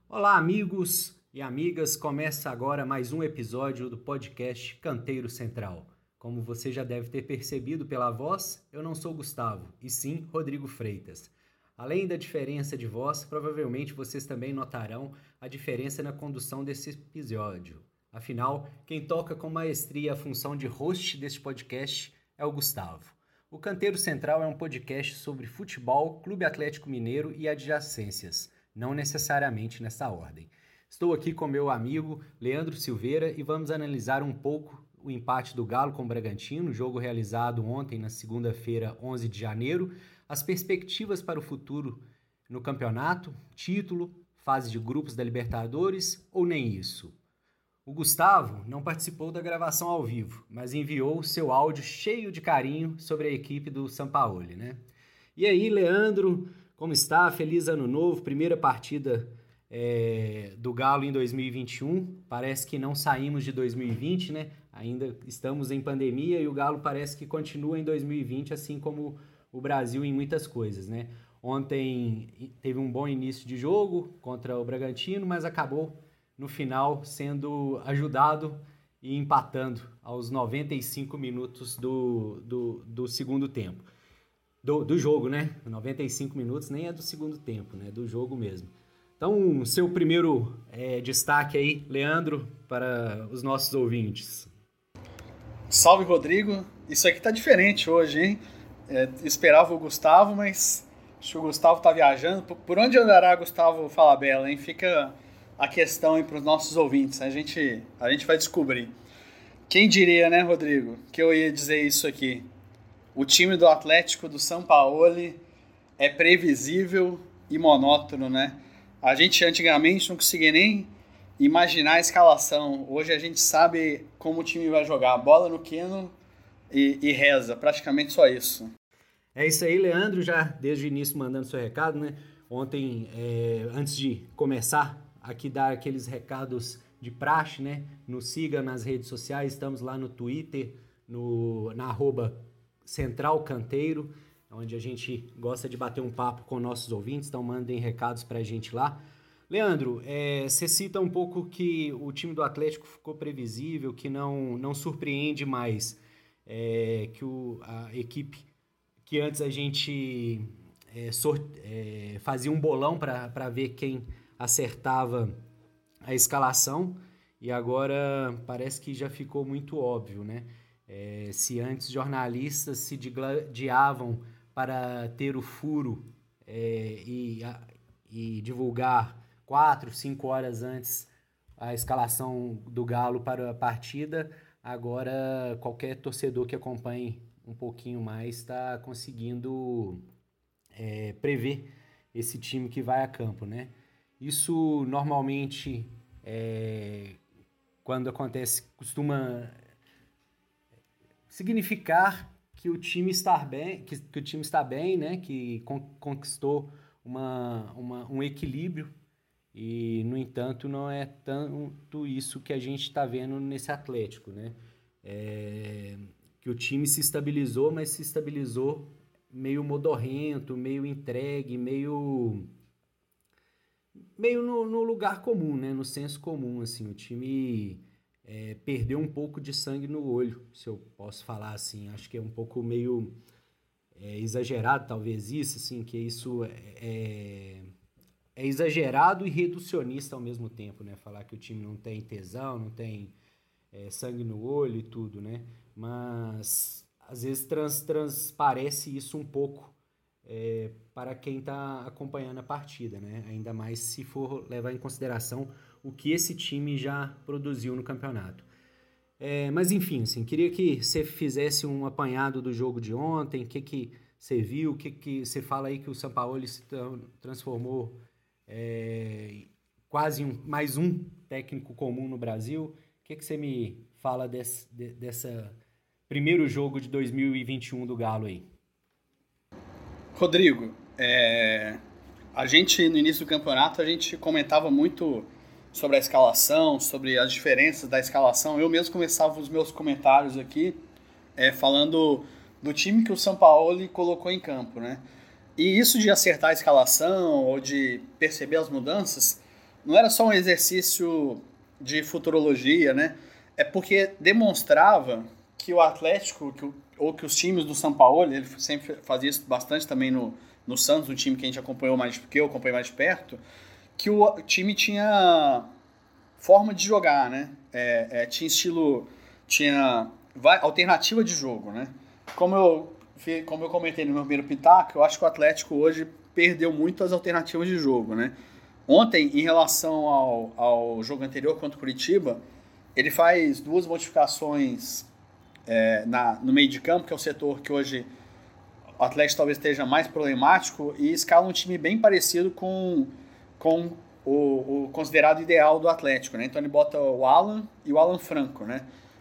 Olá, amigos e amigas. Começa agora mais um episódio do podcast Canteiro Central. Como você já deve ter percebido pela voz, eu não sou Gustavo, e sim Rodrigo Freitas. Além da diferença de voz, provavelmente vocês também notarão a diferença na condução desse episódio. Afinal, quem toca com maestria a função de host deste podcast é o Gustavo. O Canteiro Central é um podcast sobre futebol, Clube Atlético Mineiro e adjacências, não necessariamente nessa ordem. Estou aqui com meu amigo Leandro Silveira e vamos analisar um pouco o empate do Galo com o Bragantino, jogo realizado ontem na segunda-feira, 11 de janeiro, as perspectivas para o futuro no campeonato, título, fase de grupos da Libertadores ou nem isso. O Gustavo não participou da gravação ao vivo, mas enviou seu áudio cheio de carinho sobre a equipe do Sampaoli, né? E aí, Leandro, como está? Feliz ano novo, primeira partida do Galo em 2021. Parece que não saímos de 2020, né? Ainda estamos em pandemia e o Galo parece que continua em 2020, assim como o Brasil em muitas coisas, né? Ontem teve um bom início de jogo contra o Bragantino, mas acabou no final sendo ajudado e empatando aos 95 minutos do segundo tempo. Do jogo, né? 95 minutos nem é do segundo tempo, né? Do jogo mesmo. Então, seu primeiro destaque aí, Leandro, para os nossos ouvintes. Salve, Rodrigo. Isso aqui tá diferente hoje, hein? Esperava o Gustavo, mas acho que o Gustavo tá viajando. Por onde andará Gustavo Falabella, hein? Fica a questão aí para os nossos ouvintes. A gente vai descobrir. Quem diria, né, Rodrigo, que eu ia dizer isso aqui? O time do Atlético do Sampaoli é previsível e monótono, né? A gente antigamente não conseguia nem imaginar a escalação. Hoje a gente sabe como o time vai jogar. Bola no quino e reza. Praticamente só isso. É isso aí, Leandro, já desde o início mandando seu recado, né? Ontem, antes de começar, aqui dar aqueles recados de praxe, né? Nos siga nas redes sociais, estamos lá no Twitter, na @Central Canteiro, onde a gente gosta de bater um papo com nossos ouvintes, então mandem recados pra gente lá. Leandro, você cita um pouco que o time do Atlético ficou previsível, que não surpreende mais, que a equipe que antes a gente fazia um bolão para ver quem acertava a escalação, e agora parece que já ficou muito óbvio, né? Se antes jornalistas se digladiavam para ter o furo e divulgar 4, 5 horas antes a escalação do Galo para a partida, agora qualquer torcedor que acompanhe um pouquinho mais está conseguindo prever esse time que vai a campo, né? Isso normalmente, quando acontece, costuma significar que o time está bem, que o time está bem, né? Que conquistou um equilíbrio. E, no entanto, não é tanto isso que a gente está vendo nesse Atlético, né? Que o time se estabilizou, mas se estabilizou meio modorrento, meio entregue, meio no lugar comum, né? No senso comum, assim. O time perdeu um pouco de sangue no olho, se eu posso falar assim. Acho que é um pouco meio exagerado, talvez isso, assim, que isso é exagerado e reducionista ao mesmo tempo, né? Falar que o time não tem tesão, não tem sangue no olho e tudo, né? Mas às vezes transparece isso um pouco para quem está acompanhando a partida, né? Ainda mais se for levar em consideração o que esse time já produziu no campeonato. Mas enfim, assim, queria que você fizesse um apanhado do jogo de ontem, o que você viu, o que você fala aí que o Sampaoli se transformou quase mais um técnico comum no Brasil. O que você me fala dessa primeiro jogo de 2021 do Galo aí? Rodrigo, a gente no início do campeonato a gente comentava muito sobre a escalação, sobre as diferenças da escalação. Eu mesmo começava os meus comentários aqui falando do time que o Sampaoli colocou em campo, né? E isso de acertar a escalação ou de perceber as mudanças não era só um exercício de futurologia, né? É porque demonstrava que o Atlético, ou que os times do São Paulo, ele sempre fazia isso bastante também no Santos, um time que a gente acompanhou mais, que eu acompanhei mais de perto, que o time tinha forma de jogar, né? Tinha estilo, tinha alternativa de jogo, né? Como eu comentei no meu primeiro pitaco, eu acho que o Atlético hoje perdeu muito as alternativas de jogo, né? Ontem, em relação ao jogo anterior contra o Curitiba, ele faz 2 modificações no meio de campo, que é o setor que hoje o Atlético talvez esteja mais problemático, e escala um time bem parecido com o considerado ideal do Atlético, né? Então ele bota o Alan e o Alan Franco, né?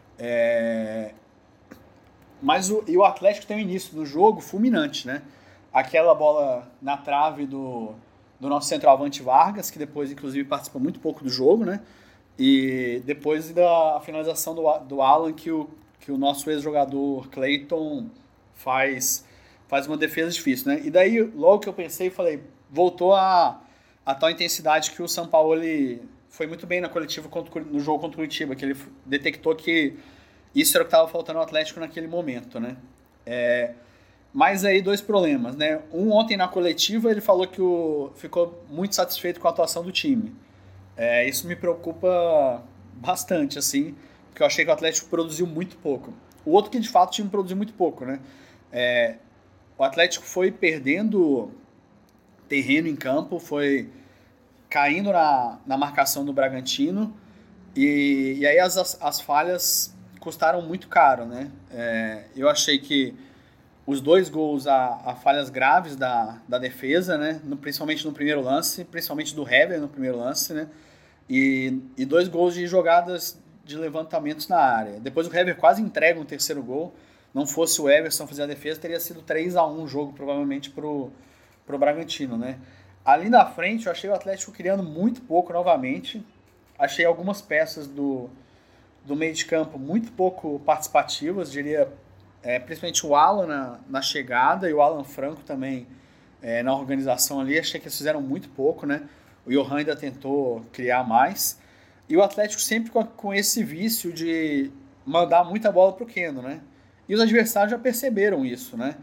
Mas o Atlético tem um início do jogo fulminante, né? Aquela bola na trave do nosso centroavante Vargas, que depois, inclusive, participa muito pouco do jogo, né? E depois da finalização do Alan, que o nosso ex-jogador Clayton faz uma defesa difícil, né? E daí, logo que eu pensei, falei, voltou a tal intensidade que o São Paulo foi muito bem na coletiva no jogo contra o Curitiba, que ele detectou que isso era o que estava faltando ao Atlético naquele momento, né? Mas aí 2 problemas, né? Ontem na coletiva ele falou que ficou muito satisfeito com a atuação do time. Isso me preocupa bastante, assim, porque eu achei que o Atlético produziu muito pouco. O outro que de fato o time produziu muito pouco, né? O Atlético foi perdendo terreno em campo, foi caindo na marcação do Bragantino, e aí as falhas custaram muito caro, né? Eu achei que os 2 gols a falhas graves da defesa, né? Principalmente no primeiro lance, principalmente do Hever no primeiro lance, né? E 2 gols de jogadas de levantamentos na área. Depois o Hever quase entrega um terceiro gol. Não fosse o Everson fazer a defesa, teria sido 3-1 o jogo, provavelmente, pro Bragantino, né? Ali na frente, eu achei o Atlético criando muito pouco novamente. Achei algumas peças do meio de campo muito pouco participativas, diria, principalmente o Alan na chegada e o Alan Franco também na organização ali. Achei que eles fizeram muito pouco, né? O Johan ainda tentou criar mais. E o Atlético sempre com esse vício de mandar muita bola pro Keno, né? E os adversários já perceberam isso, né?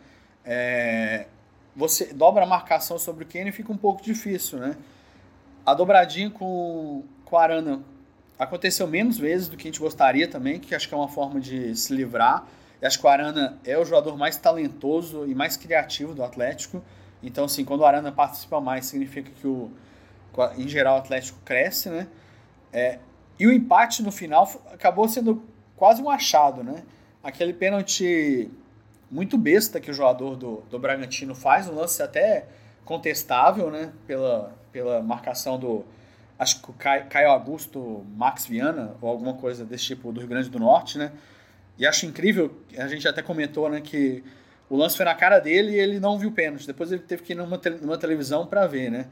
Você dobra a marcação sobre o Keno e fica um pouco difícil, né? A dobradinha com o Arana aconteceu menos vezes do que a gente gostaria também, que acho que é uma forma de se livrar. Eu acho que o Arana é o jogador mais talentoso e mais criativo do Atlético. Então, assim, quando o Arana participa mais, significa que, em geral, o Atlético cresce, né? E o empate no final acabou sendo quase um achado, né? Aquele pênalti muito besta que o jogador do Bragantino faz, um lance até contestável, né? Pela marcação acho que o Caio Augusto Max Viana, ou alguma coisa desse tipo, do Rio Grande do Norte, né? E acho incrível, a gente até comentou, né, que o lance foi na cara dele e ele não viu o pênalti. Depois ele teve que ir numa televisão para ver, né?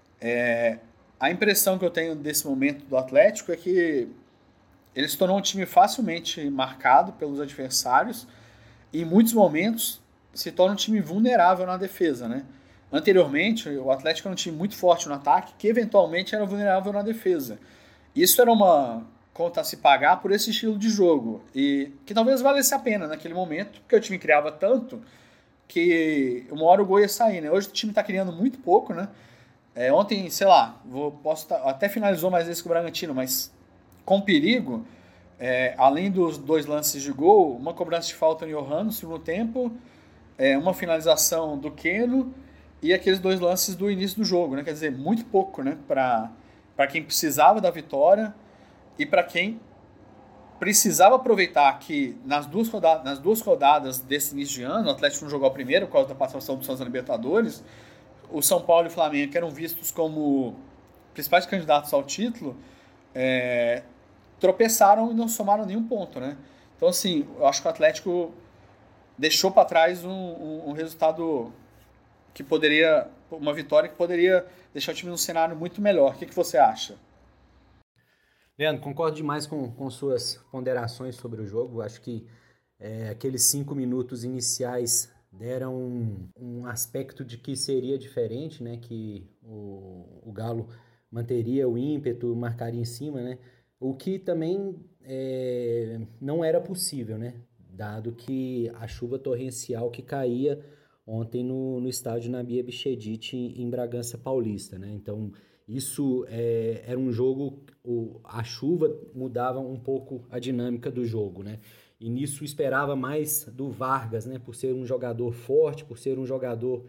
A impressão que eu tenho desse momento do Atlético é que ele se tornou um time facilmente marcado pelos adversários e em muitos momentos se torna um time vulnerável na defesa, né? Anteriormente, o Atlético era um time muito forte no ataque que eventualmente era vulnerável na defesa. Isso era uma conta a se pagar por esse estilo de jogo e que talvez valesse a pena naquele momento, porque o time criava tanto que uma hora o gol ia sair, né? Hoje o time está criando muito pouco, né? Ontem, sei lá, até finalizou mais vezes que o Bragantino, mas com perigo, além dos 2 lances de gol, uma cobrança de falta no Johan no segundo tempo, uma finalização do Keno e aqueles 2 lances do início do jogo, né? Quer dizer, muito pouco, né? Para quem precisava da vitória e para quem precisava aproveitar que nas duas rodadas desse início de ano, o Atlético não jogou a primeira por causa da participação do Santos na Libertadores, o São Paulo e o Flamengo, que eram vistos como principais candidatos ao título, tropeçaram e não somaram nenhum ponto, né? Então, assim, eu acho que o Atlético deixou para trás um resultado que poderia, uma vitória que poderia deixar o time num cenário muito melhor. O que você acha? Leandro, concordo demais com suas ponderações sobre o jogo. Acho que aqueles 5 minutos iniciais deram um aspecto de que seria diferente, né? Que o Galo manteria o ímpeto, marcaria em cima, né? O que também não era possível, né? Dado que a chuva torrencial que caía ontem no estádio Nabia Abichedid em Bragança Paulista, né? Então, isso era um jogo, a chuva mudava um pouco a dinâmica do jogo, né? E nisso esperava mais do Vargas, né? Por ser um jogador forte, por ser um jogador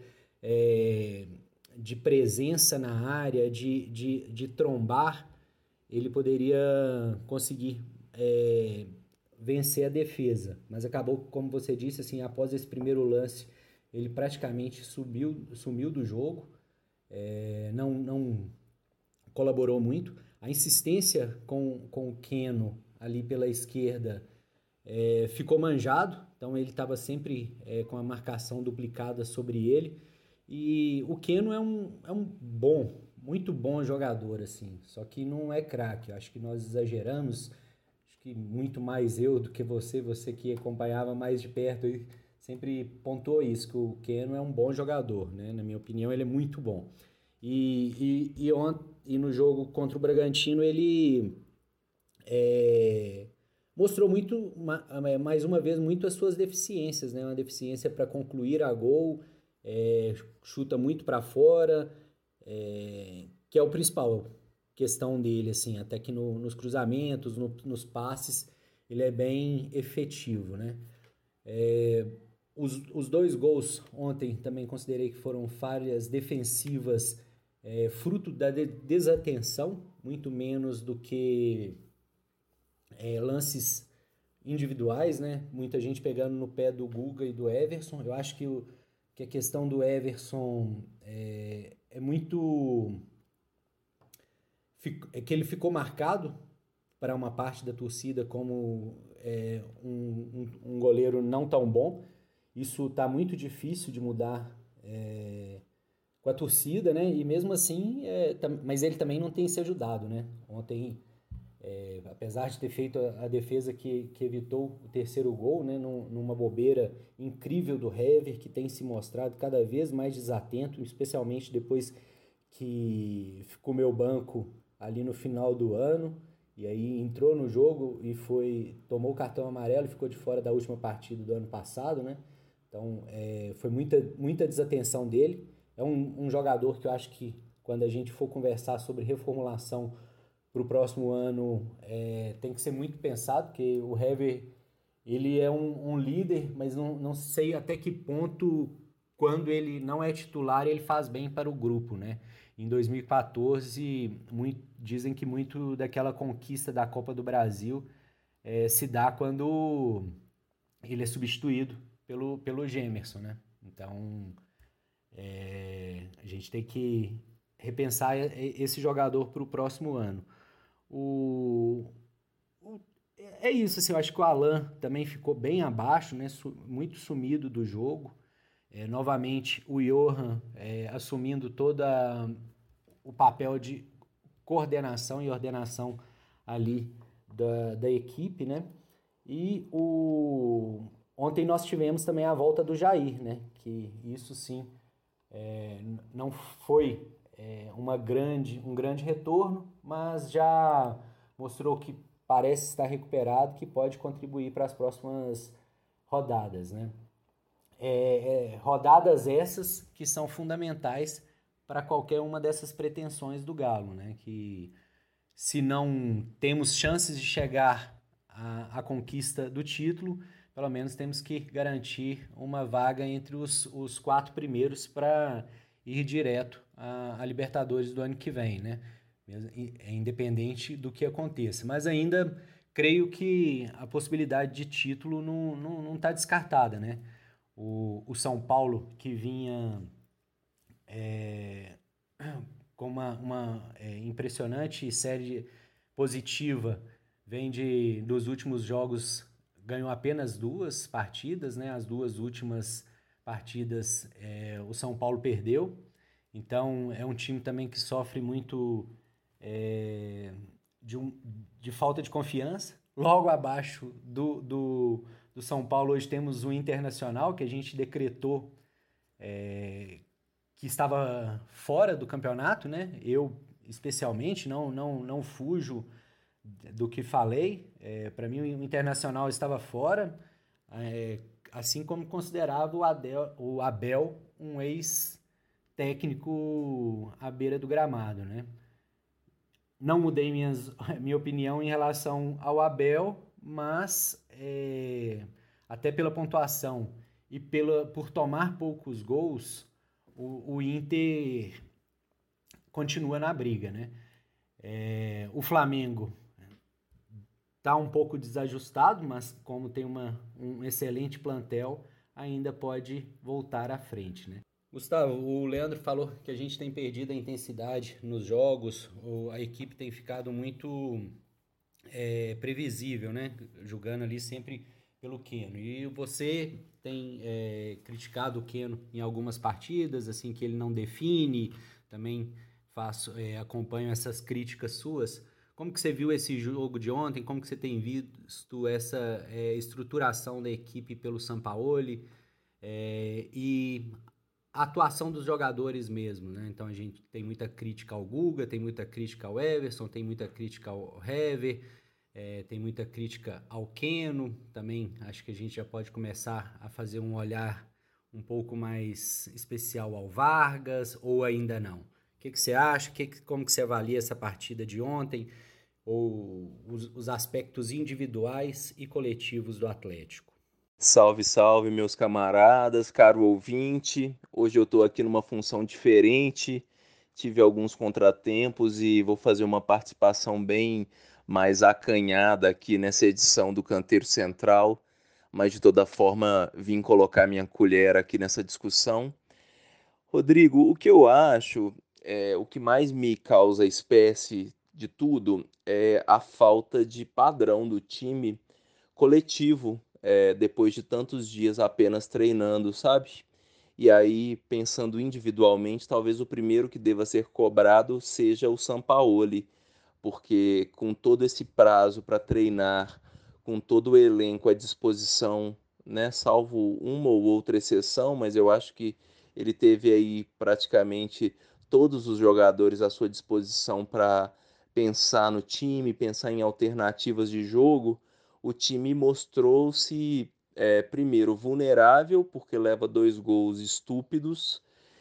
de presença na área, de trombar, ele poderia conseguir vencer a defesa. Mas acabou, como você disse, assim, após esse primeiro lance, ele praticamente sumiu do jogo, não colaborou muito. A insistência com o Keno ali pela esquerda ficou manjado, então ele estava sempre com a marcação duplicada sobre ele. E o Keno é um muito bom jogador, assim, só que não é craque. Acho que nós exageramos, acho que muito mais eu do que você que acompanhava mais de perto e sempre pontuou isso, que o Keno é um bom jogador, né? Na minha opinião, ele é muito bom. E no jogo contra o Bragantino, ele mostrou mais uma vez, muito as suas deficiências, né? Uma deficiência para concluir a gol, chuta muito para fora, que é o principal questão dele, assim, até que nos cruzamentos, nos passes, ele é bem efetivo, né? Os 2 gols ontem também considerei que foram falhas defensivas, fruto da desatenção, muito menos do que lances individuais, né? Muita gente pegando no pé do Guga e do Everson. Eu acho que a questão do Everson é muito... que ele ficou marcado para uma parte da torcida como um goleiro não tão bom. Isso está muito difícil de mudar com a torcida, né? E mesmo assim, mas ele também não tem se ajudado, né? Ontem, apesar de ter feito a defesa que evitou o terceiro gol, né? Numa bobeira incrível do Hever, que tem se mostrado cada vez mais desatento, especialmente depois que comeu banco ali no final do ano, e aí entrou no jogo e tomou o cartão amarelo e ficou de fora da última partida do ano passado, né? Então, foi muita desatenção dele. É um jogador que eu acho que, quando a gente for conversar sobre reformulação para o próximo ano, tem que ser muito pensado, porque o Hever, ele é um líder, mas não sei até que ponto, quando ele não é titular, ele faz bem para o grupo, né? Em 2014, dizem que muito daquela conquista da Copa do Brasil se dá quando ele é substituído pelo Gemerson, né? Então, a gente tem que repensar esse jogador para o próximo ano. É isso, assim, eu acho que o Alan também ficou bem abaixo, né? Muito sumido do jogo. Novamente, o Johan assumindo todo o papel de coordenação e ordenação ali da equipe, né? E ontem nós tivemos também a volta do Jair, né? Que isso sim não foi um grande retorno, mas já mostrou que parece estar recuperado, que pode contribuir para as próximas rodadas, né? Rodadas essas que são fundamentais para qualquer uma dessas pretensões do Galo, né? Que se não temos chances de chegar à conquista do título, pelo menos temos que garantir uma vaga entre os 4 primeiros para ir direto à Libertadores do ano que vem, né? Independente do que aconteça. Mas ainda creio que a possibilidade de título não está descartada, né? O São Paulo, que vinha com uma impressionante série positiva, vem dos últimos jogos, ganhou apenas 2 partidas, né? As 2 últimas partidas o São Paulo perdeu. Então, é um time também que sofre muito de falta de confiança. Logo abaixo do São Paulo, hoje temos o Internacional, que a gente decretou que estava fora do campeonato, né? Eu especialmente, não fujo do que falei. Para mim, o Internacional estava fora, assim como considerava o Abel um ex-técnico à beira do gramado, né? Não mudei minha opinião em relação ao Abel, mas até pela pontuação e por tomar poucos gols, o Inter continua na briga, né? O Flamengo está um pouco desajustado, mas como tem um excelente plantel, ainda pode voltar à frente, né? Gustavo, o Leandro falou que a gente tem perdido a intensidade nos jogos, a equipe tem ficado muito previsível, né? Jogando ali sempre pelo Keno. E você tem criticado o Keno em algumas partidas, assim, que ele não define, também acompanho essas críticas suas. Como que você viu esse jogo de ontem? Como que você tem visto essa estruturação da equipe pelo Sampaoli? E a atuação dos jogadores mesmo, né? Então a gente tem muita crítica ao Guga, tem muita crítica ao Everson, tem muita crítica ao Hever, tem muita crítica ao Keno também. Acho que a gente já pode começar a fazer um olhar um pouco mais especial ao Vargas, ou ainda não? O que você acha? Como que você avalia essa partida de ontem? Ou os aspectos individuais e coletivos do Atlético? Salve, salve, meus camaradas, caro ouvinte. Hoje eu estou aqui numa função diferente, tive alguns contratempos e vou fazer uma participação bem mais acanhada aqui nessa edição do Canteiro Central, mas de toda forma vim colocar minha colher aqui nessa discussão. Rodrigo, o que eu acho, o que mais me causa espécie de tudo é a falta de padrão do time coletivo, depois de tantos dias apenas treinando, sabe? E aí, pensando individualmente, talvez o primeiro que deva ser cobrado seja o Sampaoli, porque com todo esse prazo para treinar, com todo o elenco à disposição, né, salvo uma ou outra exceção, mas eu acho que ele teve aí praticamente todos os jogadores à sua disposição para pensar no time, pensar em alternativas de jogo. O time mostrou-se, primeiro, vulnerável, porque leva 2 gols estúpidos,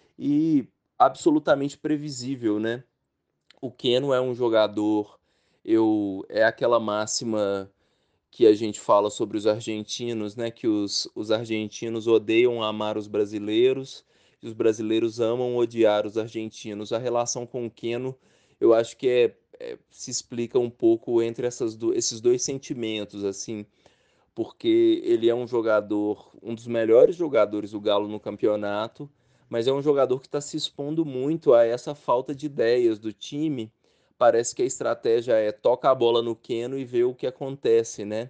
e absolutamente previsível, né? O Keno é um jogador, é aquela máxima que a gente fala sobre os argentinos, né? Que os argentinos odeiam amar os brasileiros e os brasileiros amam odiar os argentinos. A relação com o Keno, eu acho que se explica um pouco entre esses dois sentimentos, assim, porque ele é um jogador, um dos melhores jogadores do Galo no campeonato, mas é um jogador que está se expondo muito a essa falta de ideias do time. Parece que a estratégia é toca a bola no Keno e ver o que acontece, né?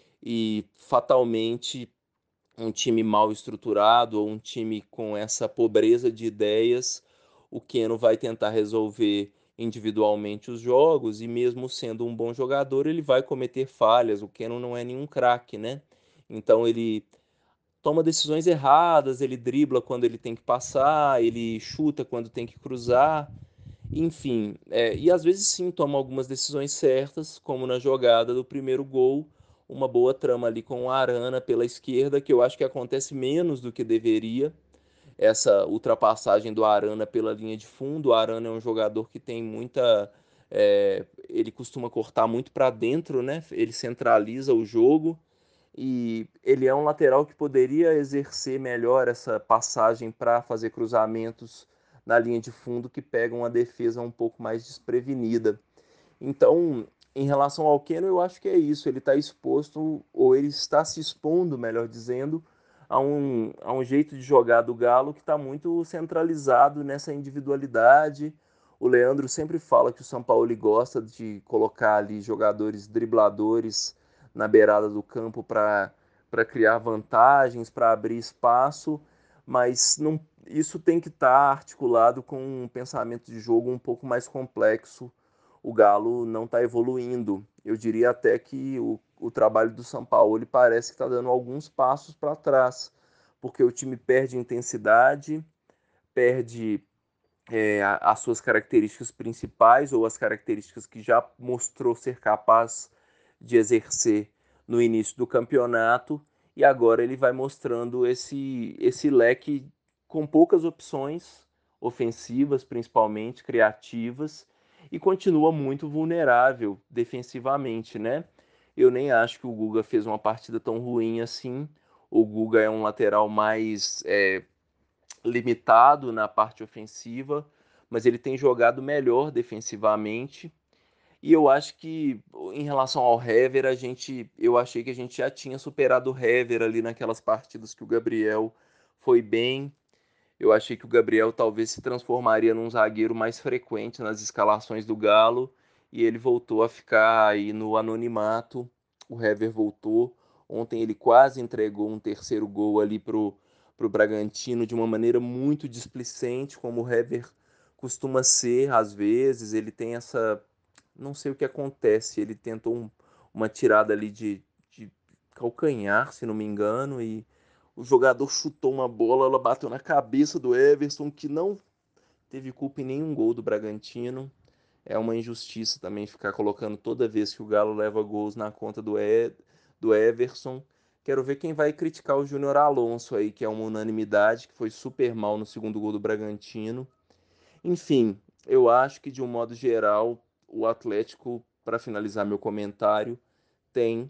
E fatalmente um time mal estruturado ou um time com essa pobreza de ideias, o Keno vai tentar resolver individualmente os jogos e mesmo sendo um bom jogador, ele vai cometer falhas. O Keno não é nenhum craque, né? Então ele toma decisões erradas, ele dribla quando ele tem que passar, ele chuta quando tem que cruzar, enfim, e às vezes sim toma algumas decisões certas, como na jogada do primeiro gol, uma boa trama ali com o Arana pela esquerda, que eu acho que acontece menos do que deveria, essa ultrapassagem do Arana pela linha de fundo. O Arana é um jogador que tem muita... ele costuma cortar muito para dentro, né? Ele centraliza o jogo, e ele é um lateral que poderia exercer melhor essa passagem para fazer cruzamentos na linha de fundo que pegam a defesa um pouco mais desprevenida. Então, em relação ao Keno, eu acho que é isso. Ele está exposto, ou ele está se expondo, melhor dizendo, a um jeito de jogar do Galo que está muito centralizado nessa individualidade. O Leandro sempre fala que o Sampaoli gosta de colocar ali jogadores dribladores na beirada do campo para criar vantagens, para abrir espaço, mas não, isso tem que estar articulado com um pensamento de jogo um pouco mais complexo. O Galo não está evoluindo. Eu diria até que o trabalho do Sampaoli parece que está dando alguns passos para trás, porque o time perde intensidade, perde as suas características principais ou as características que já mostrou ser capaz de exercer no início do campeonato, e agora ele vai mostrando esse leque com poucas opções ofensivas, principalmente criativas, e continua muito vulnerável defensivamente, né? Eu nem acho que o Guga fez uma partida tão ruim assim. O Guga é um lateral mais limitado na parte ofensiva, mas ele tem jogado melhor defensivamente. E eu acho que, em relação ao Hever, eu achei que a gente já tinha superado o Hever ali naquelas partidas que o Gabriel foi bem. Eu achei que o Gabriel talvez se transformaria num zagueiro mais frequente nas escalações do Galo, e ele voltou a ficar aí no anonimato. O Hever voltou. Ontem ele quase entregou um terceiro gol ali pro Bragantino de uma maneira muito displicente, como o Hever costuma ser às vezes. Ele tem essa... Não sei o que acontece. Ele tentou uma tirada ali de calcanhar, se não me engano, e o jogador chutou uma bola, ela bateu na cabeça do Everson, que não teve culpa em nenhum gol do Bragantino. É uma injustiça também ficar colocando toda vez que o Galo leva gols na conta do Everson. Quero ver quem vai criticar o Júnior Alonso aí, que é uma unanimidade, que foi super mal no segundo gol do Bragantino. Enfim, eu acho que de um modo geral, o Atlético, para finalizar meu comentário, tem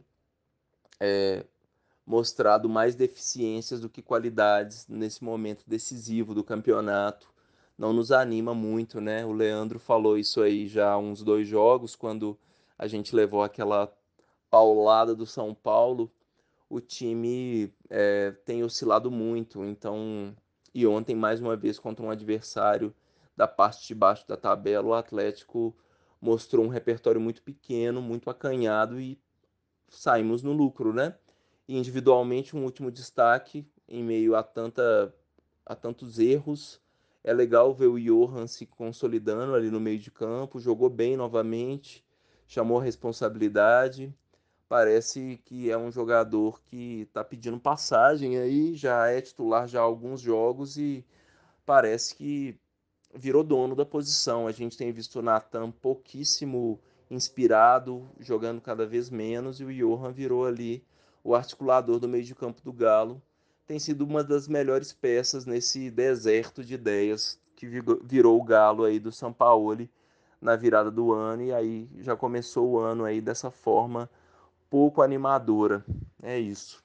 mostrado mais deficiências do que qualidades nesse momento decisivo do campeonato. Não nos anima muito, né? O Leandro falou isso aí já há uns 2 jogos, quando a gente levou aquela paulada do São Paulo. O time tem oscilado muito, então... E ontem, mais uma vez, contra um adversário da parte de baixo da tabela, o Atlético mostrou um repertório muito pequeno, muito acanhado, e saímos no lucro, né? E individualmente, um último destaque, em meio a tantos erros, é legal ver o Johan se consolidando ali no meio de campo, jogou bem novamente, chamou a responsabilidade, parece que é um jogador que está pedindo passagem aí, já é titular já há alguns jogos e parece que virou dono da posição. A gente tem visto o Natan pouquíssimo inspirado, jogando cada vez menos, e o Johan virou ali o articulador do meio de campo do Galo. Tem sido uma das melhores peças nesse deserto de ideias que virou o Galo aí do Sampaoli na virada do ano, e aí já começou o ano aí dessa forma pouco animadora. É isso.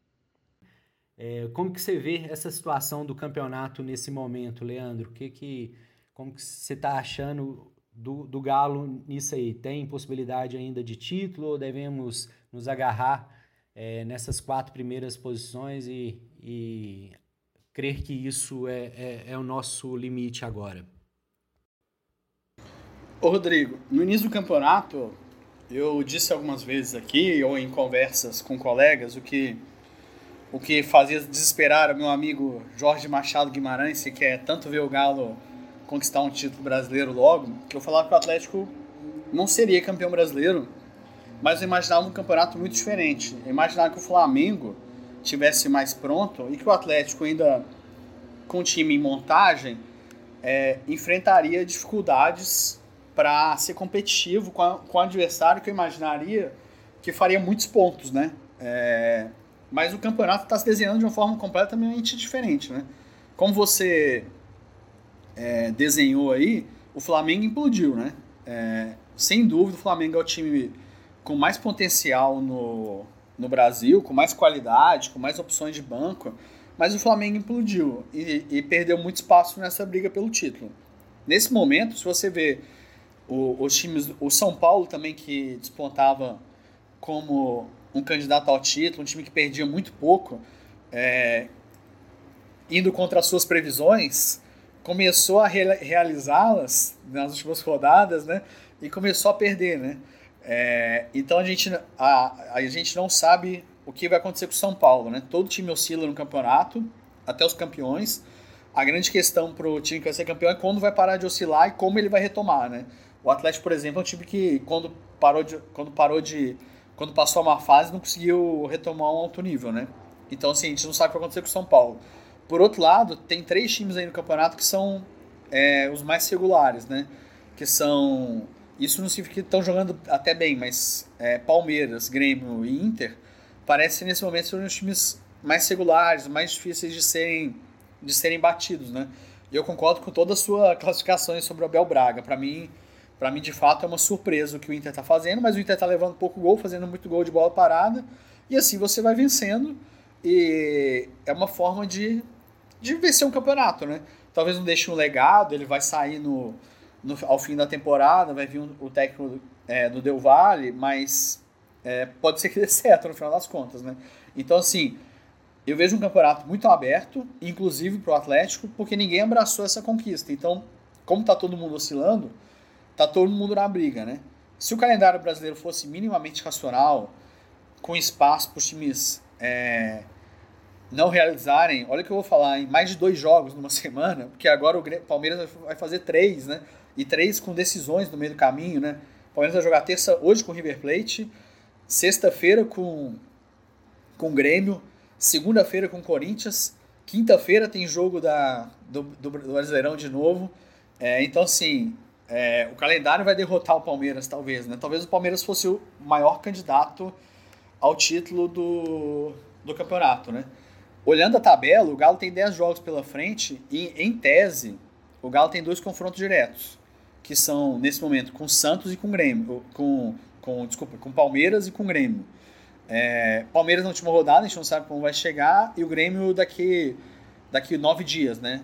Como que você vê essa situação do campeonato nesse momento, Leandro? Como que você está achando do Galo nisso aí? Tem possibilidade ainda de título ou devemos nos agarrar nessas 4 primeiras posições e crer que isso é o nosso limite agora? Ô Rodrigo, no início do campeonato, eu disse algumas vezes aqui, ou em conversas com colegas, o que fazia desesperar o meu amigo Jorge Machado Guimarães, que quer tanto ver o Galo conquistar um título brasileiro logo, que eu falava que o Atlético não seria campeão brasileiro, mas eu imaginava um campeonato muito diferente. Eu imaginava que o Flamengo tivesse mais pronto e que o Atlético, ainda com o time em montagem, enfrentaria dificuldades para ser competitivo com o adversário, que eu imaginaria que faria muitos pontos, né? Mas o campeonato está se desenhando de uma forma completamente diferente, né? Como você desenhou aí, o Flamengo implodiu, né? Sem dúvida, o Flamengo é o time com mais potencial no Brasil, com mais qualidade, com mais opções de banco, mas o Flamengo implodiu e perdeu muito espaço nessa briga pelo título. Nesse momento, se você vê os times, o São Paulo também, que despontava como um candidato ao título, um time que perdia muito pouco, indo contra as suas previsões, começou a realizá-las nas últimas rodadas, né? E começou a perder, né? Então a gente não sabe o que vai acontecer com o São Paulo, né? Todo time oscila no campeonato, até os campeões. A grande questão para o time que vai ser campeão é quando vai parar de oscilar e como ele vai retomar, né? O Atlético, por exemplo, é um time que quando passou a má fase não conseguiu retomar um alto nível, né? Então, assim, a gente não sabe o que vai acontecer com o São Paulo. Por outro lado, tem 3 times aí no campeonato que são os mais regulares, né? Que são... Isso não significa que estão jogando até bem, mas Palmeiras, Grêmio e Inter parecem nesse momento ser os times mais regulares, mais difíceis de serem batidos, né? E eu concordo com toda a sua classificação sobre o Abel Braga. Para mim, de fato, é uma surpresa o que o Inter está fazendo, mas o Inter está levando pouco gol, fazendo muito gol de bola parada, e assim você vai vencendo, e é uma forma de vencer um campeonato, né? Talvez não deixe um legado, ele vai sair ao fim da temporada, vai vir o técnico do Del Valle, mas pode ser que dê certo no final das contas, né? Então, assim, eu vejo um campeonato muito aberto, inclusive para o Atlético, porque ninguém abraçou essa conquista. Então, como está todo mundo oscilando, está todo mundo na briga, né? Se o calendário brasileiro fosse minimamente racional, com espaço para os times não realizarem, olha o que eu vou falar, em mais de 2 jogos numa semana, porque agora o Palmeiras vai fazer 3, né? E 3 com decisões no meio do caminho, né? O Palmeiras vai jogar terça hoje com o River Plate, sexta-feira com o Grêmio, segunda-feira com o Corinthians, quinta-feira tem jogo do Brasileirão de novo. Então, assim, o calendário vai derrotar o Palmeiras, talvez, né? Talvez o Palmeiras fosse o maior candidato ao título do campeonato, né? Olhando a tabela, o Galo tem 10 jogos pela frente e, em tese, o Galo tem 2 confrontos diretos, que são, nesse momento, com Santos e com Grêmio, com Palmeiras e com Grêmio. Palmeiras na última rodada, a gente não sabe como vai chegar, e o Grêmio daqui 9 dias, né?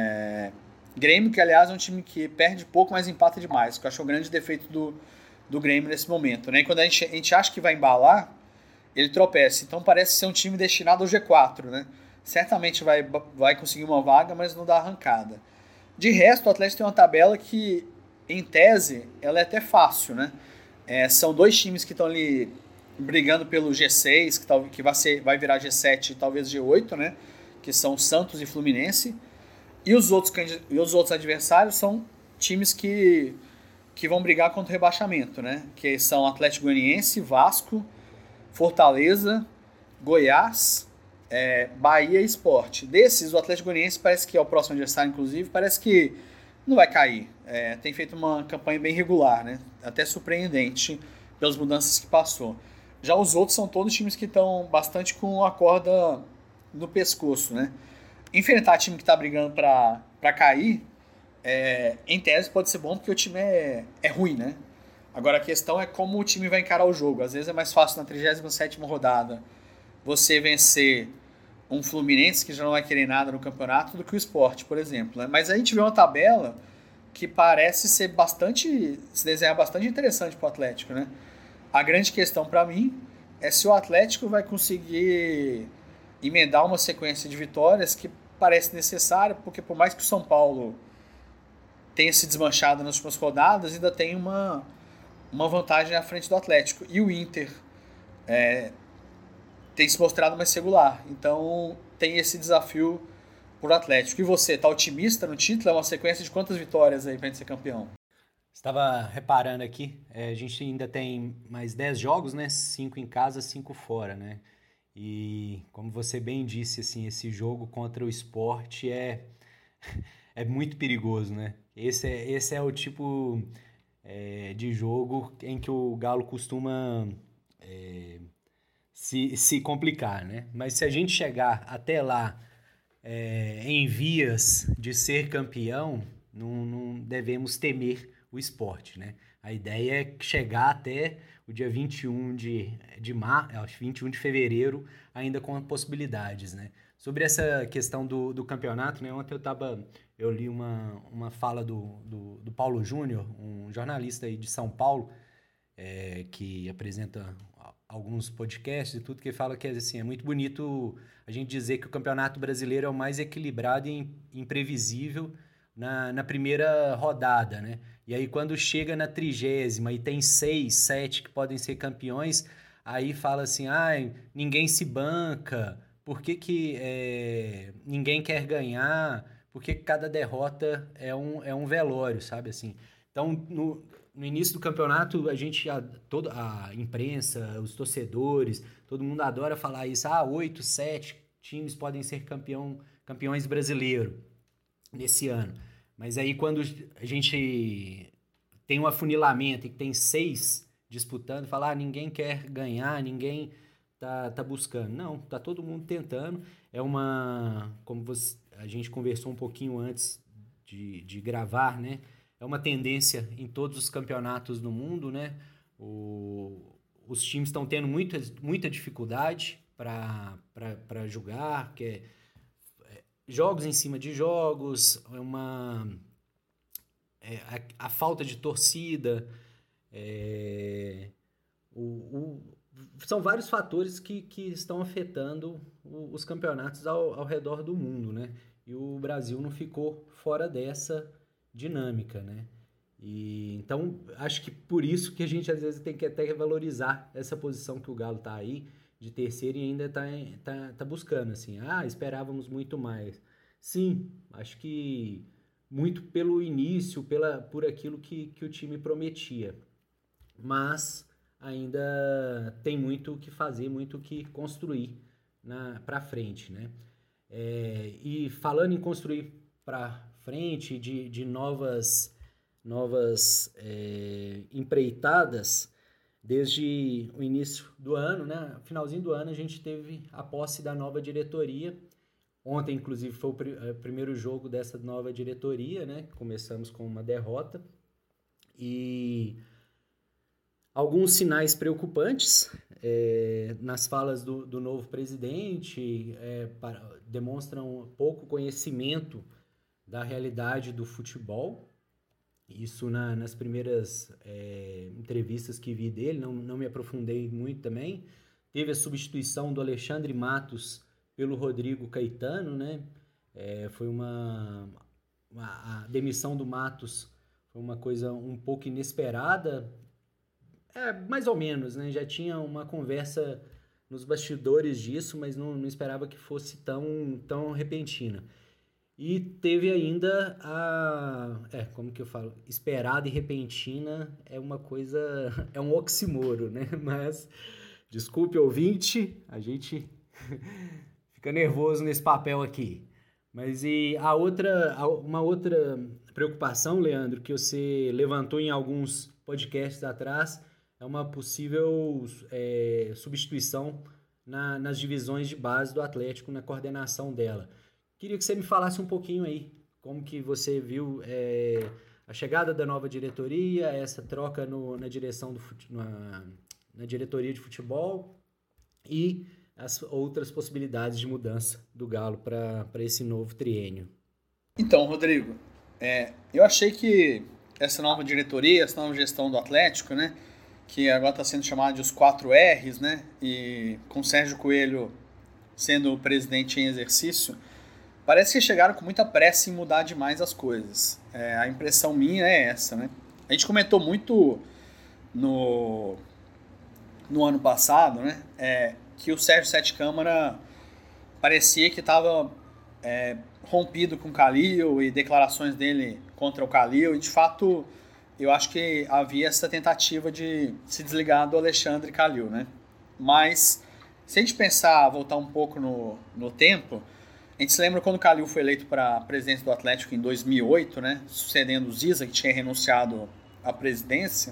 Grêmio, que aliás é um time que perde pouco, mas empata demais, que eu acho o grande defeito do Grêmio nesse momento, né? E quando a gente acha que vai embalar, ele tropeça. Então parece ser um time destinado ao G4, né? Certamente vai conseguir uma vaga, mas não dá arrancada. De resto, o Atlético tem uma tabela que, em tese, ela é até fácil, né? São 2 times que estão ali brigando pelo G6, que vai virar G7 e talvez G8, né? Que são Santos e Fluminense. E os outros adversários são times que vão brigar contra o rebaixamento, né? Que são Atlético Goianiense, Vasco, Fortaleza, Goiás, Bahia e Sport. Desses, o Atlético Goianiense parece que é o próximo adversário, inclusive, parece que não vai cair. Tem feito uma campanha bem regular, né? Até surpreendente pelas mudanças que passou. Já os outros são todos times que estão bastante com a corda no pescoço, né? Enfrentar time que está brigando para cair, em tese pode ser bom porque o time é ruim, né? Agora a questão é como o time vai encarar o jogo. Às vezes é mais fácil na 37ª rodada você vencer um Fluminense que já não vai querer nada no campeonato do que o Sport, por exemplo, né? Mas a gente vê uma tabela que parece se desenhar bastante interessante para o Atlético, né? A grande questão para mim é se o Atlético vai conseguir emendar uma sequência de vitórias que parece necessária, porque por mais que o São Paulo tenha se desmanchado nas últimas rodadas, ainda tem uma vantagem à frente do Atlético. E o Inter tem se mostrado mais regular. Então tem esse desafio pro Atlético. E você, tá otimista no título? É uma sequência de quantas vitórias aí pra gente ser campeão? Estava reparando aqui, a gente ainda tem mais 10 jogos, né? 5 em casa, 5 fora, né? E como você bem disse, assim, esse jogo contra o Sport é muito perigoso, né? Esse é o tipo de jogo em que o Galo costuma se complicar, né? Mas se a gente chegar até lá em vias de ser campeão, não devemos temer o Sport, né? A ideia é chegar até o dia 21 21 de fevereiro, ainda com possibilidades, né? Sobre essa questão do campeonato, né? Ontem eu li uma fala do Paulo Júnior, um jornalista aí de São Paulo, que apresenta alguns podcasts e tudo, que fala que assim, é muito bonito a gente dizer que o Campeonato Brasileiro é o mais equilibrado e imprevisível na primeira rodada, né? E aí quando chega na 30ª e tem 6, 7 que podem ser campeões, aí fala assim, ninguém se banca, por que ninguém quer ganhar, por que cada derrota é um velório, sabe assim? Então, no início do campeonato, toda a imprensa, os torcedores, todo mundo adora falar isso. 8, 7 times podem ser campeões brasileiros nesse ano. Mas aí quando a gente tem um afunilamento e que tem 6 disputando, falar, ninguém quer ganhar, ninguém tá buscando. Não, tá todo mundo tentando. Como a gente conversou um pouquinho antes de gravar, né? É uma tendência em todos os campeonatos do mundo, né? Os times estão tendo muita dificuldade para jogar, que é jogos em cima de jogos, a falta de torcida, são vários fatores que estão afetando os campeonatos ao redor do mundo, né? E o Brasil não ficou fora dessa dinâmica, né? Então, acho que por isso que a gente às vezes tem que até valorizar essa posição que o Galo está aí, de terceiro, e ainda tá buscando, assim, esperávamos muito mais. Sim, acho que muito pelo início, por aquilo que o time prometia. Mas ainda tem muito o que fazer, muito o que construir para frente, né? E falando em construir para frente, de novas empreitadas, desde o início do ano, né? Finalzinho do ano, a gente teve a posse da nova diretoria. Ontem, inclusive, foi o primeiro jogo dessa nova diretoria, né? Começamos com uma derrota. E alguns sinais preocupantes nas falas do novo presidente demonstram pouco conhecimento da realidade do futebol. Isso nas primeiras entrevistas que vi dele, não me aprofundei muito também. Teve a substituição do Alexandre Matos pelo Rodrigo Caetano, né? A demissão do Matos foi uma coisa um pouco inesperada, mais ou menos, né? Já tinha uma conversa nos bastidores disso, mas não esperava que fosse tão repentina. E teve ainda como que eu falo? Esperada e repentina é uma coisa, é um oxímoro, né? Mas, desculpe, ouvinte, a gente fica nervoso nesse papel aqui. Mas e uma outra preocupação, Leandro, que você levantou em alguns podcasts atrás, é uma possível substituição nas divisões de base do Atlético, na coordenação dela. Queria que você me falasse um pouquinho aí, como que você viu a chegada da nova diretoria, essa troca na direção na diretoria de futebol e as outras possibilidades de mudança do Galo para esse novo triênio. Então, Rodrigo, eu achei que essa nova diretoria, essa nova gestão do Atlético, né, que agora está sendo chamada de os 4 R's, né, e com Sérgio Coelho sendo o presidente em exercício, parece que chegaram com muita pressa em mudar demais as coisas. A impressão minha é essa, né? A gente comentou muito no ano passado, né, que o Sérgio Sete Câmara parecia que estava rompido com o Calil e declarações dele contra o Calil, e de fato eu acho que havia essa tentativa de se desligar do Alexandre Calil, né? Mas se a gente voltar um pouco no tempo, a gente se lembra quando o Calil foi eleito para presidente do Atlético em 2008, né, sucedendo o Ziza, que tinha renunciado à presidência,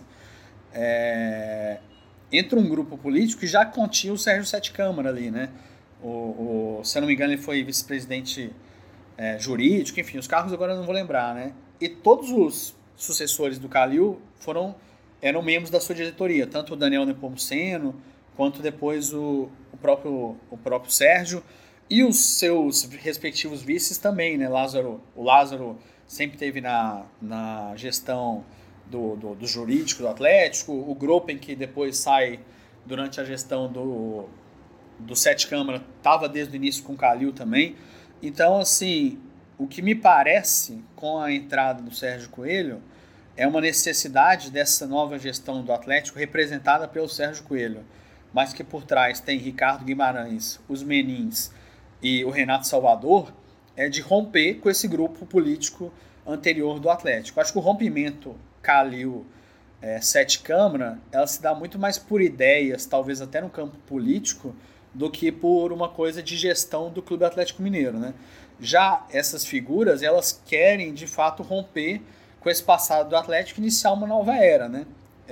entra um grupo político que já continha o Sérgio Sete Câmara ali, né? Se eu não me engano, ele foi vice-presidente jurídico, enfim, os cargos agora eu não vou lembrar, né? E todos os sucessores do Calil eram membros da sua diretoria, tanto o Daniel Nepomuceno, quanto depois o próprio Sérgio, e os seus respectivos vices também, né? O Lázaro sempre teve na gestão do jurídico do Atlético, o Gropen, que depois sai durante a gestão do Sete Câmara, estava desde o início com o Calil também. Então, assim, o que me parece com a entrada do Sérgio Coelho é uma necessidade dessa nova gestão do Atlético representada pelo Sérgio Coelho, mas que por trás tem Ricardo Guimarães, os Menins e o Renato Salvador, de romper com esse grupo político anterior do Atlético. Acho que o rompimento Calil Sete Câmara, ela se dá muito mais por ideias, talvez até no campo político, do que por uma coisa de gestão do Clube Atlético Mineiro, né? Já essas figuras, elas querem, de fato, romper com esse passado do Atlético e iniciar uma nova era, né?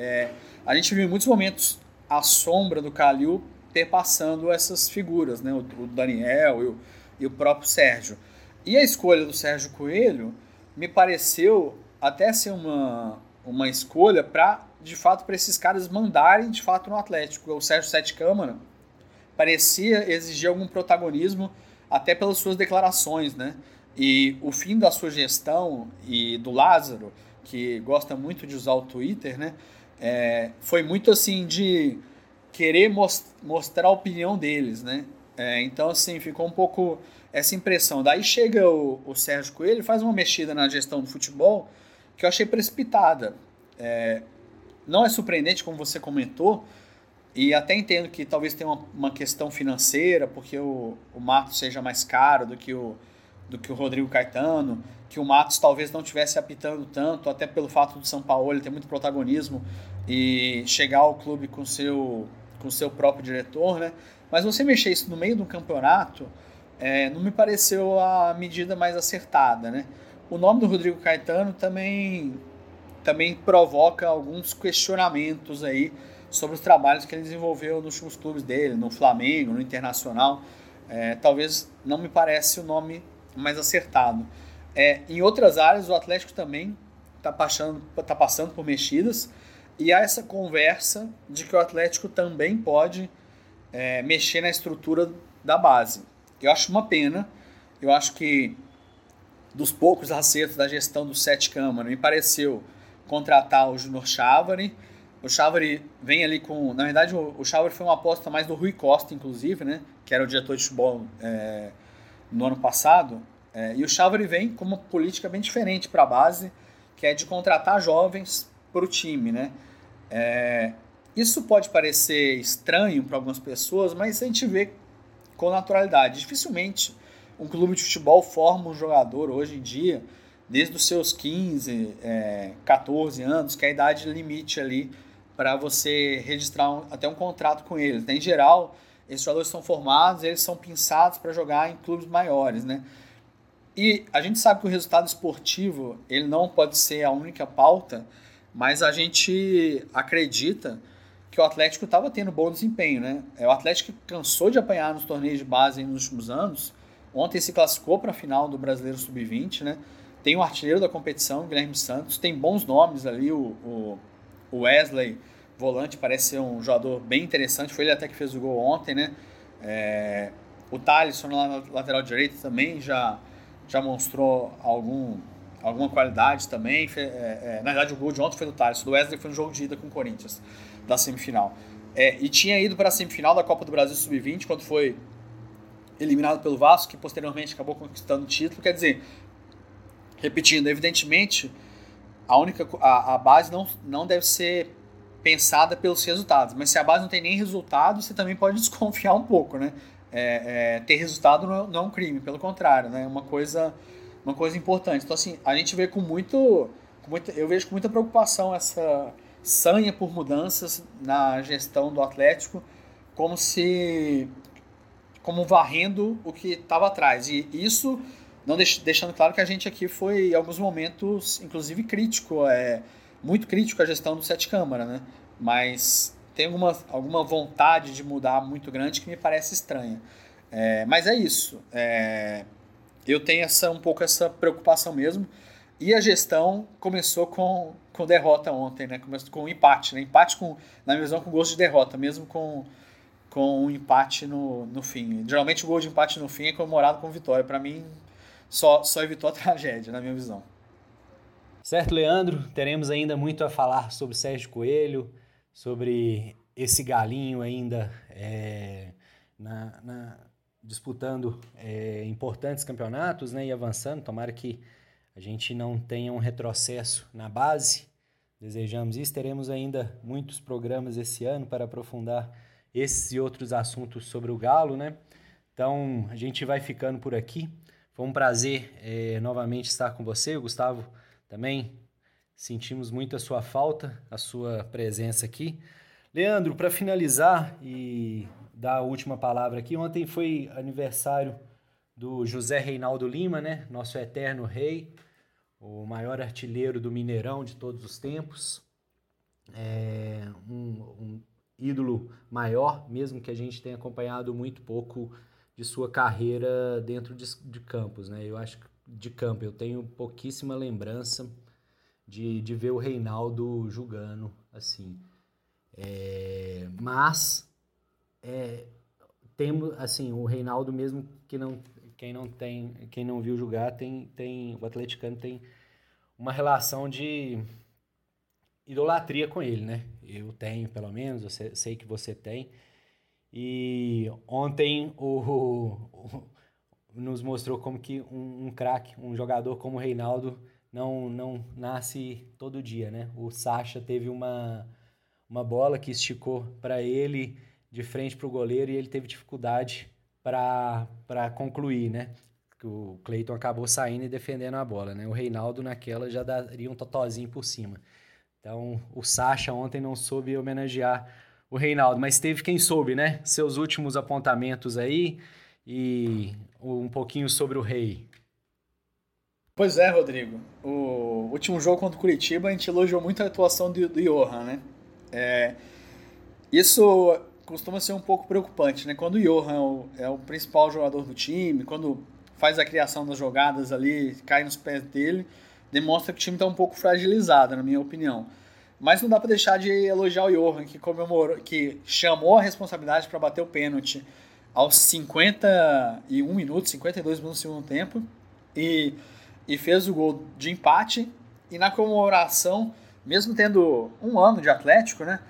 A gente viu em muitos momentos a sombra do Calil perpassando essas figuras, né? O Daniel e o próprio Sérgio. E a escolha do Sérgio Coelho me pareceu até ser uma escolha para, de fato, para esses caras mandarem, de fato, no Atlético. O Sérgio Sete Câmara parecia exigir algum protagonismo até pelas suas declarações, né? E o fim da sua gestão e do Lázaro, que gosta muito de usar o Twitter, né? Foi muito assim de querer mostrar a opinião deles, né? Então, assim, ficou um pouco essa impressão. Daí chega o Sérgio Coelho e faz uma mexida na gestão do futebol que eu achei precipitada. Não é surpreendente, como você comentou, e até entendo que talvez tenha uma questão financeira, porque o Matos seja mais caro do que o Rodrigo Caetano, que o Matos talvez não estivesse apitando tanto, até pelo fato do São Paulo ter muito protagonismo e chegar ao clube com seu próprio diretor, né? Mas você mexer isso no meio de um campeonato não me pareceu a medida mais acertada, né? O nome do Rodrigo Caetano também provoca alguns questionamentos aí sobre os trabalhos que ele desenvolveu nos últimos clubes dele, no Flamengo, no Internacional. Talvez não me parece o nome mais acertado. Em outras áreas, o Atlético também está passando por mexidas, e há essa conversa de que o Atlético também pode mexer na estrutura da base. Eu acho uma pena. Eu acho que dos poucos acertos da gestão do Sete Câmara, me pareceu contratar o Júnior Chávari. O Chávari vem ali com... Na verdade, o Chávari foi uma aposta mais do Rui Costa, inclusive, né? Que era o diretor de futebol no ano passado. E o Chávari vem com uma política bem diferente para a base, que é de contratar jovens para o time, né? Isso pode parecer estranho para algumas pessoas, mas a gente vê com naturalidade. Dificilmente um clube de futebol forma um jogador hoje em dia, desde os seus 15, 14 anos, que é a idade limite ali para você registrar até um contrato com eles. Em geral, esses jogadores são formados, eles são pensados para jogar em clubes maiores, né? E a gente sabe que o resultado esportivo ele não pode ser a única pauta, mas a gente acredita que o Atlético estava tendo bom desempenho, né? O Atlético cansou de apanhar nos torneios de base nos últimos anos. Ontem se classificou para a final do Brasileiro Sub-20, né? Tem o artilheiro da competição, Guilherme Santos, tem bons nomes ali, o Wesley, volante, parece ser um jogador bem interessante, foi ele até que fez o gol ontem, né? O Thalisson na lateral direita também já mostrou alguma qualidade também. Na verdade, o gol de ontem foi do Thalisson, do Wesley foi no jogo de ida com o Corinthians, da semifinal. E tinha ido para a semifinal da Copa do Brasil Sub-20, quando foi eliminado pelo Vasco, que posteriormente acabou conquistando o título. Quer dizer, repetindo, evidentemente, a base não deve ser pensada pelos resultados, mas se a base não tem nem resultado, você também pode desconfiar um pouco, né? Ter resultado não é um crime, pelo contrário, né? É uma coisa importante. Então, assim, a gente vê eu vejo com muita preocupação essa sanha por mudanças na gestão do Atlético, como varrendo o que estava atrás. E isso, não deixando claro que a gente aqui foi, em alguns momentos, inclusive crítico, muito crítico à gestão do Sete Câmara, né? Mas tem alguma vontade de mudar muito grande que me parece estranha. Mas é isso. Eu tenho um pouco essa preocupação mesmo. E a gestão começou com derrota ontem, né? Começou com um empate, né? Empate, na minha visão, com gosto de derrota, mesmo com um empate no fim. Geralmente o gol de empate no fim é comemorado com vitória. Para mim, só evitou a tragédia, na minha visão. Certo, Leandro. Teremos ainda muito a falar sobre Sérgio Coelho, sobre esse galinho ainda disputando importantes campeonatos, né, e avançando. Tomara que a gente não tenha um retrocesso na base. Desejamos isso. Teremos ainda muitos programas esse ano para aprofundar esses e outros assuntos sobre o Galo, né? Então, a gente vai ficando por aqui. Foi um prazer novamente estar com você, Gustavo. Também sentimos muito a sua falta, a sua presença aqui. Leandro, para finalizar, e dar a última palavra aqui. Ontem foi aniversário do José Reinaldo Lima, né? Nosso eterno rei, o maior artilheiro do Mineirão de todos os tempos. Um ídolo maior, mesmo que a gente tenha acompanhado muito pouco de sua carreira dentro de campos, né? Eu acho que de campo eu tenho pouquíssima lembrança de ver o Reinaldo jogando assim. Mas temos assim, o Reinaldo, mesmo que quem não viu jogar, o atleticano tem uma relação de idolatria com ele, né? Eu tenho, pelo menos, eu sei que você tem. E ontem nos mostrou como que um craque, um jogador como o Reinaldo não nasce todo dia, né? O Sacha teve uma bola que esticou para ele de frente para o goleiro e ele teve dificuldade para concluir, né? O Cleiton acabou saindo e defendendo a bola, né? O Reinaldo naquela já daria um totozinho por cima. Então, o Sacha ontem não soube homenagear o Reinaldo, mas teve quem soube, né? Seus últimos apontamentos aí e um pouquinho sobre o Rei. Pois é, Rodrigo. O último jogo contra o Curitiba, a gente elogiou muito a atuação do Johan, né? Isso costuma ser um pouco preocupante, né? Quando o Johan é o principal jogador do time, quando faz a criação das jogadas ali, cai nos pés dele, demonstra que o time está um pouco fragilizado, na minha opinião. Mas não dá para deixar de elogiar o Johan, que comemorou, que chamou a responsabilidade para bater o pênalti aos 51 minutos, 52 minutos do segundo tempo, e fez o gol de empate. E na comemoração, mesmo tendo um ano de Atlético, né,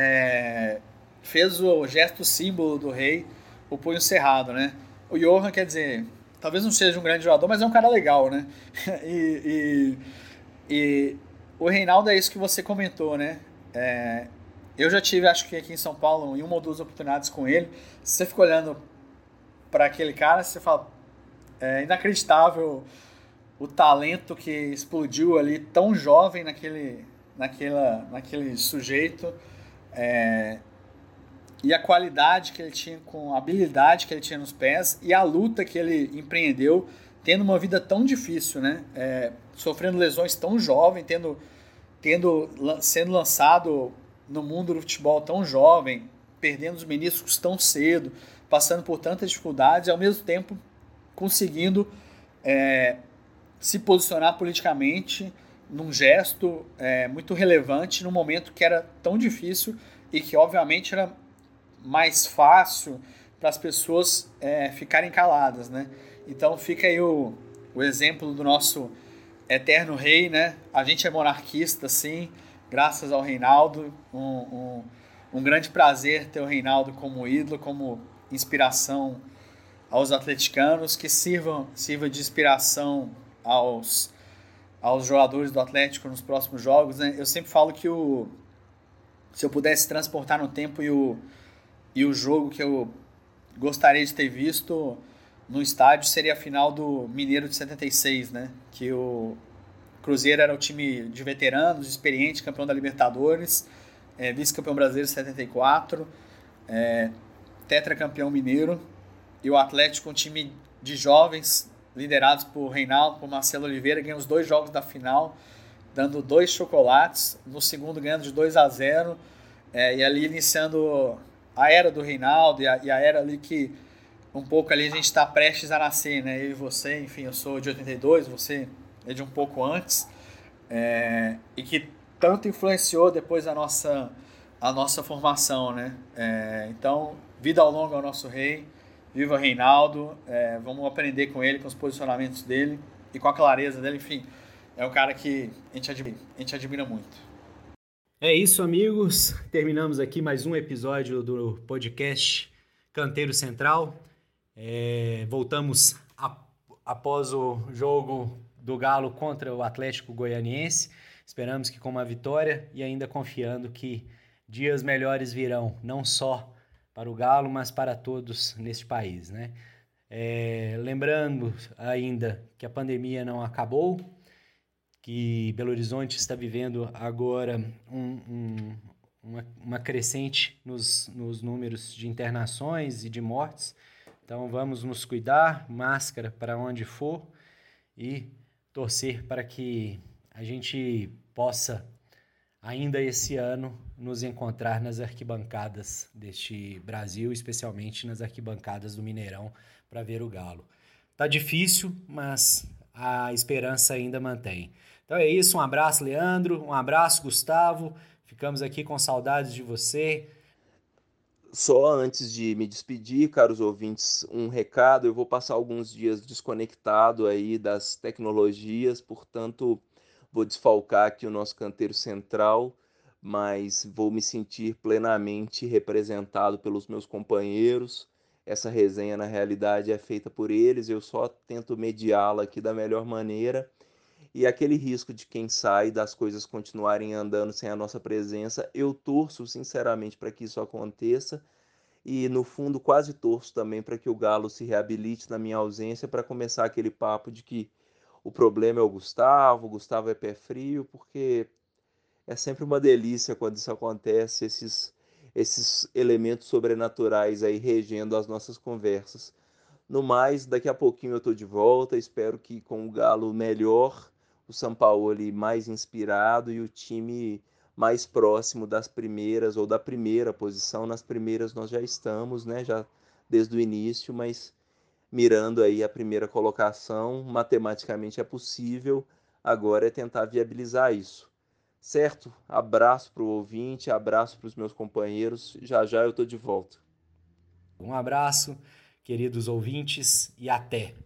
fez o gesto símbolo do rei, o punho cerrado, né? O Johan, quer dizer, talvez não seja um grande jogador, mas é um cara legal, né? E o Reinaldo é isso que você comentou, né? Eu já tive, acho que aqui em São Paulo, em uma ou duas oportunidades com ele. Se você fica olhando para aquele cara, você fala, é inacreditável o talento que explodiu ali, tão jovem naquele sujeito. E a qualidade que ele tinha, com a habilidade que ele tinha nos pés e a luta que ele empreendeu, tendo uma vida tão difícil, né? Sofrendo lesões tão jovem, sendo lançado no mundo do futebol tão jovem, perdendo os meniscos tão cedo, passando por tantas dificuldades e ao mesmo tempo conseguindo se posicionar politicamente num gesto muito relevante num momento que era tão difícil e que obviamente era mais fácil para as pessoas ficarem caladas, né? Então fica aí o exemplo do nosso eterno rei, né? A gente é monarquista, sim, graças ao Reinaldo. Um grande prazer ter o Reinaldo como ídolo, como inspiração aos atleticanos, que sirva de inspiração aos jogadores do Atlético nos próximos jogos, né? Eu sempre falo que se eu pudesse transportar no tempo e o jogo que eu gostaria de ter visto no estádio seria a final do Mineiro de 76, né? Que o Cruzeiro era o time de veteranos, experiente, campeão da Libertadores, vice-campeão brasileiro de 74, tetracampeão mineiro, e o Atlético, um time de jovens, liderados por Reinaldo, por Marcelo Oliveira, ganhou os 2 jogos da final, dando 2 chocolates, no segundo ganhando de 2-0, e ali iniciando a era do Reinaldo e a era ali que um pouco ali a gente está prestes a nascer, né? Eu e você, enfim, eu sou de 82, você é de um pouco antes, e que tanto influenciou depois a nossa formação, né? Então, vida ao longo ao nosso rei, viva Reinaldo, vamos aprender com ele, com os posicionamentos dele e com a clareza dele, enfim, é um cara que a gente admira muito. É isso, amigos. Terminamos aqui mais um episódio do podcast Canteiro Central. Voltamos após o jogo do Galo contra o Atlético Goianiense. Esperamos que com uma vitória e ainda confiando que dias melhores virão, não só para o Galo, mas para todos neste país, né? Lembrando ainda que a pandemia não acabou, que Belo Horizonte está vivendo agora uma crescente nos números de internações e de mortes. Então vamos nos cuidar, máscara para onde for e torcer para que a gente possa, ainda esse ano, nos encontrar nas arquibancadas deste Brasil, especialmente nas arquibancadas do Mineirão, para ver o Galo. Tá difícil, mas a esperança ainda mantém. Então é isso, um abraço, Leandro, um abraço, Gustavo. Ficamos aqui com saudades de você. Só antes de me despedir, caros ouvintes, um recado. Eu vou passar alguns dias desconectado aí das tecnologias, portanto, vou desfalcar aqui o nosso canteiro central, mas vou me sentir plenamente representado pelos meus companheiros. Essa resenha, na realidade, é feita por eles, eu só tento mediá-la aqui da melhor maneira. E aquele risco de quem sai das coisas continuarem andando sem a nossa presença, eu torço sinceramente para que isso aconteça e no fundo quase torço também para que o Galo se reabilite na minha ausência para começar aquele papo de que o problema é o Gustavo é pé frio, porque é sempre uma delícia quando isso acontece, esses elementos sobrenaturais aí regendo as nossas conversas. No mais, daqui a pouquinho eu estou de volta. Espero que com o Galo melhor, o Sampaoli mais inspirado e o time mais próximo das primeiras ou da primeira posição. Nas primeiras nós já estamos, né? Já desde o início, mas mirando aí a primeira colocação, matematicamente é possível. Agora é tentar viabilizar isso. Certo? Abraço para o ouvinte, abraço para os meus companheiros. Já já eu estou de volta. Um abraço, queridos ouvintes, e até!